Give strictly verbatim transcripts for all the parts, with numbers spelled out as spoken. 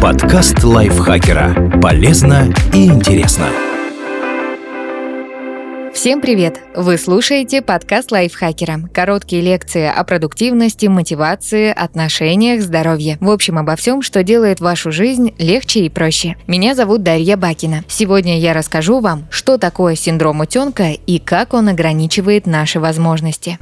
Подкаст лайфхакера. Полезно и интересно. Всем привет! Вы слушаете подкаст лайфхакера. Короткие лекции о продуктивности, мотивации, отношениях, здоровье. В общем, обо всем, что делает вашу жизнь легче и проще. Меня зовут Дарья Бакина. Сегодня я расскажу вам, что такое синдром утенка и как он ограничивает наши возможности.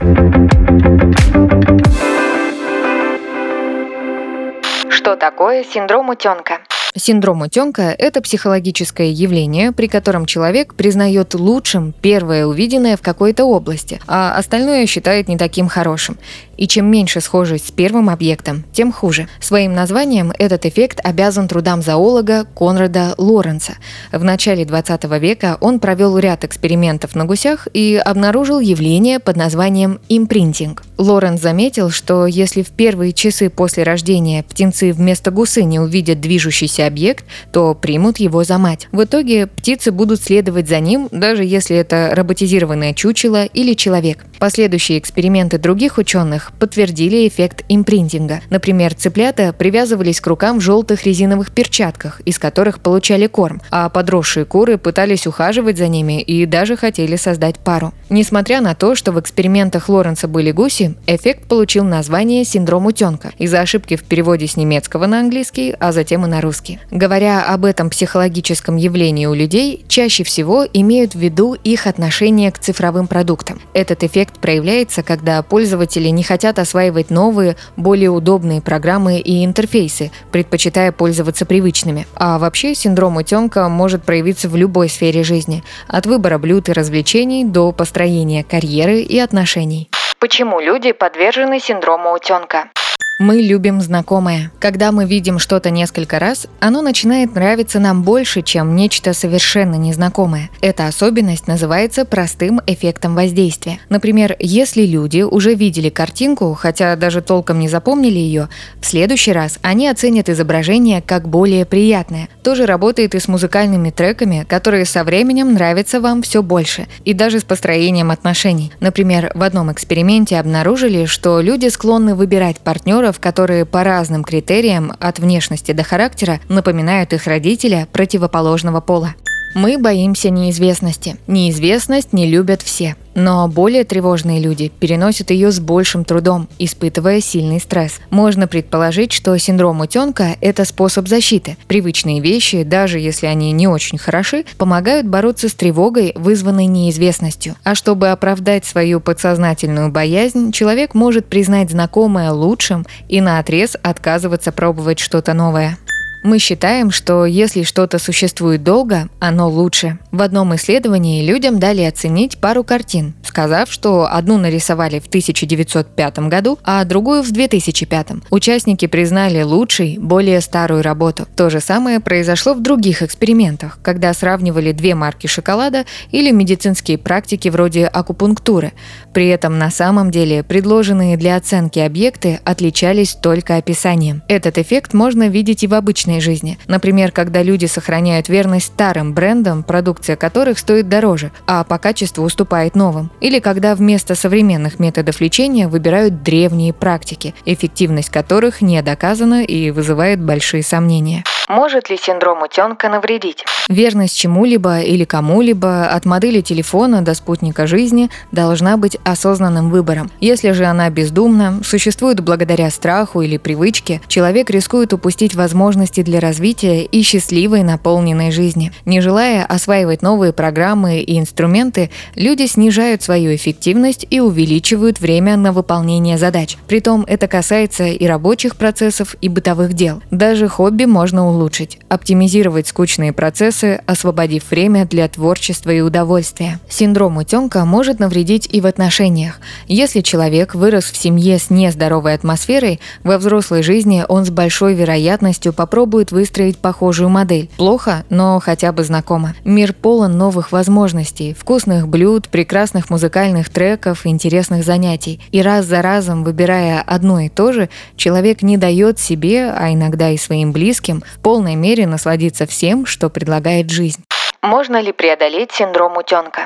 Что такое синдром утенка? Синдром утенка – это психологическое явление, при котором человек признает лучшим первое увиденное в какой-то области, а остальное считает не таким хорошим. И чем меньше схожесть с первым объектом, тем хуже. Своим названием этот эффект обязан трудам зоолога Конрада Лоренца. В начале двадцатого века он провел ряд экспериментов на гусях и обнаружил явление под названием импринтинг. Лоренц заметил, что если в первые часы после рождения птенцы вместо гусы не увидят движущийся объект, то примут его за мать. В итоге птицы будут следовать за ним, даже если это роботизированное чучело или человек. Последующие эксперименты других ученых подтвердили эффект импринтинга. Например, цыплята привязывались к рукам в желтых резиновых перчатках, из которых получали корм, а подросшие куры пытались ухаживать за ними и даже хотели создать пару. Несмотря на то, что в экспериментах Лоренца были гуси, эффект получил название синдром утенка из-за ошибки в переводе с немецкого на английский, а затем и на русский. Говоря об этом психологическом явлении у людей, чаще всего имеют в виду их отношение к цифровым продуктам. Этот эффект проявляется, когда пользователи не хотят осваивать новые, более удобные программы и интерфейсы, предпочитая пользоваться привычными. А вообще синдром утенка может проявиться в любой сфере жизни, от выбора блюд и развлечений до построения карьеры и отношений. Почему люди подвержены синдрому утенка? Мы любим знакомое. Когда мы видим что-то несколько раз, оно начинает нравиться нам больше, чем нечто совершенно незнакомое. Эта особенность называется простым эффектом воздействия. Например, если люди уже видели картинку, хотя даже толком не запомнили ее, в следующий раз они оценят изображение как более приятное. То же работает и с музыкальными треками, которые со временем нравятся вам все больше, и даже с построением отношений. Например, в одном эксперименте обнаружили, что люди склонны выбирать партнера, которые по разным критериям, от внешности до характера, напоминают их родителя противоположного пола. Мы боимся неизвестности. Неизвестность не любят все. Но более тревожные люди переносят ее с большим трудом, испытывая сильный стресс. Можно предположить, что синдром утенка – это способ защиты. Привычные вещи, даже если они не очень хороши, помогают бороться с тревогой, вызванной неизвестностью. А чтобы оправдать свою подсознательную боязнь, человек может признать знакомое лучшим и наотрез отказываться пробовать что-то новое. Мы считаем, что если что-то существует долго, оно лучше. В одном исследовании людям дали оценить пару картин, сказав, что одну нарисовали в тысяча девятьсот пятом году, а другую в две тысячи пятом. Участники признали лучшей, более старую работу. То же самое произошло в других экспериментах, когда сравнивали две марки шоколада или медицинские практики вроде акупунктуры. При этом на самом деле предложенные для оценки объекты отличались только описанием. Этот эффект можно видеть и в обычной жизни. Например, когда люди сохраняют верность старым брендам, продукция которых стоит дороже, а по качеству уступает новым. Или когда вместо современных методов лечения выбирают древние практики, эффективность которых не доказана и вызывает большие сомнения. Может ли синдром утенка навредить? Верность чему-либо или кому-либо, от модели телефона до спутника жизни, должна быть осознанным выбором. Если же она бездумна, существует благодаря страху или привычке, человек рискует упустить возможности для развития и счастливой наполненной жизни. Не желая осваивать новые программы и инструменты, люди снижают свою эффективность и увеличивают время на выполнение задач. Притом это касается и рабочих процессов, и бытовых дел. Даже хобби можно улучшить. улучшить, оптимизировать скучные процессы, освободив время для творчества и удовольствия. Синдром утенка может навредить и в отношениях. Если человек вырос в семье с нездоровой атмосферой, во взрослой жизни он с большой вероятностью попробует выстроить похожую модель. Плохо, но хотя бы знакомо. Мир полон новых возможностей, вкусных блюд, прекрасных музыкальных треков, интересных занятий. И раз за разом, выбирая одно и то же, человек не дает себе, а иногда и своим близким, в полной мере насладиться всем, что предлагает жизнь. Можно ли преодолеть синдром утенка?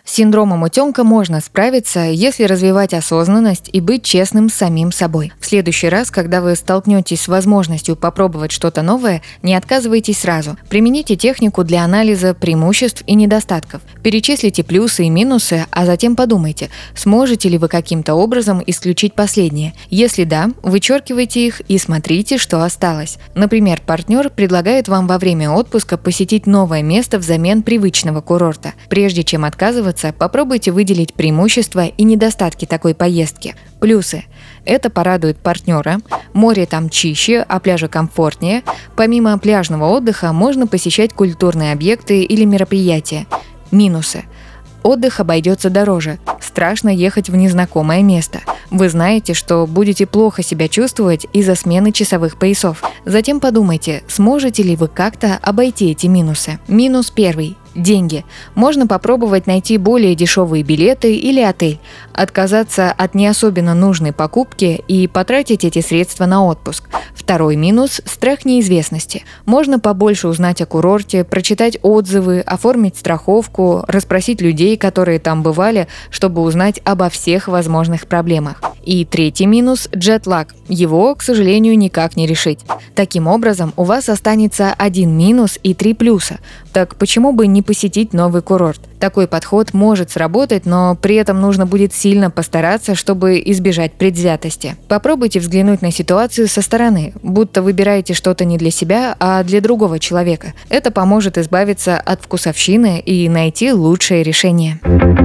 С синдромом утенка можно справиться, если развивать осознанность и быть честным с самим собой. В следующий раз, когда вы столкнетесь с возможностью попробовать что-то новое, не отказывайтесь сразу. Примените технику для анализа преимуществ и недостатков. Перечислите плюсы и минусы, а затем подумайте, сможете ли вы каким-то образом исключить последние. Если да, вычеркивайте их и смотрите, что осталось. Например, партнер предлагает вам во время отпуска посетить новое место взамен привычного курорта. Прежде чем отказываться, попробуйте выделить преимущества и недостатки такой поездки. Плюсы. Это порадует партнера, море там чище, а пляжи комфортнее. Помимо пляжного отдыха можно посещать культурные объекты или мероприятия. Минусы. Отдых обойдется дороже. Страшно ехать в незнакомое место. Вы знаете, что будете плохо себя чувствовать из-за смены часовых поясов. Затем подумайте, сможете ли вы как-то обойти эти минусы. Минус первый. Деньги. Можно попробовать найти более дешевые билеты или отель, отказаться от не особенно нужной покупки и потратить эти средства на отпуск. Второй минус – страх неизвестности. Можно побольше узнать о курорте, прочитать отзывы, оформить страховку, расспросить людей, которые там бывали, чтобы узнать обо всех возможных проблемах. И третий минус – джетлаг. Его, к сожалению, никак не решить. Таким образом, у вас останется один минус и три плюса. Так почему бы не посетить новый курорт? Такой подход может сработать, но при этом нужно будет сильно постараться, чтобы избежать предвзятости. Попробуйте взглянуть на ситуацию со стороны, будто выбираете что-то не для себя, а для другого человека. Это поможет избавиться от вкусовщины и найти лучшее решение.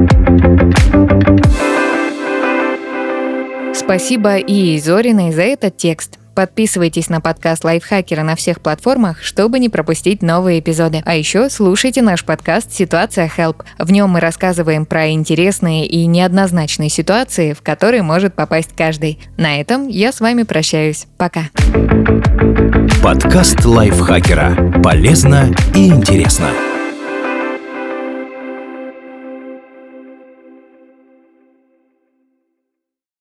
Спасибо Ии Зориной за этот текст. Подписывайтесь на подкаст Лайфхакера на всех платформах, чтобы не пропустить новые эпизоды. А еще слушайте наш подкаст «Ситуация Help». В нем мы рассказываем про интересные и неоднозначные ситуации, в которые может попасть каждый. На этом я с вами прощаюсь. Пока. Подкаст Лайфхакера. Полезно и интересно.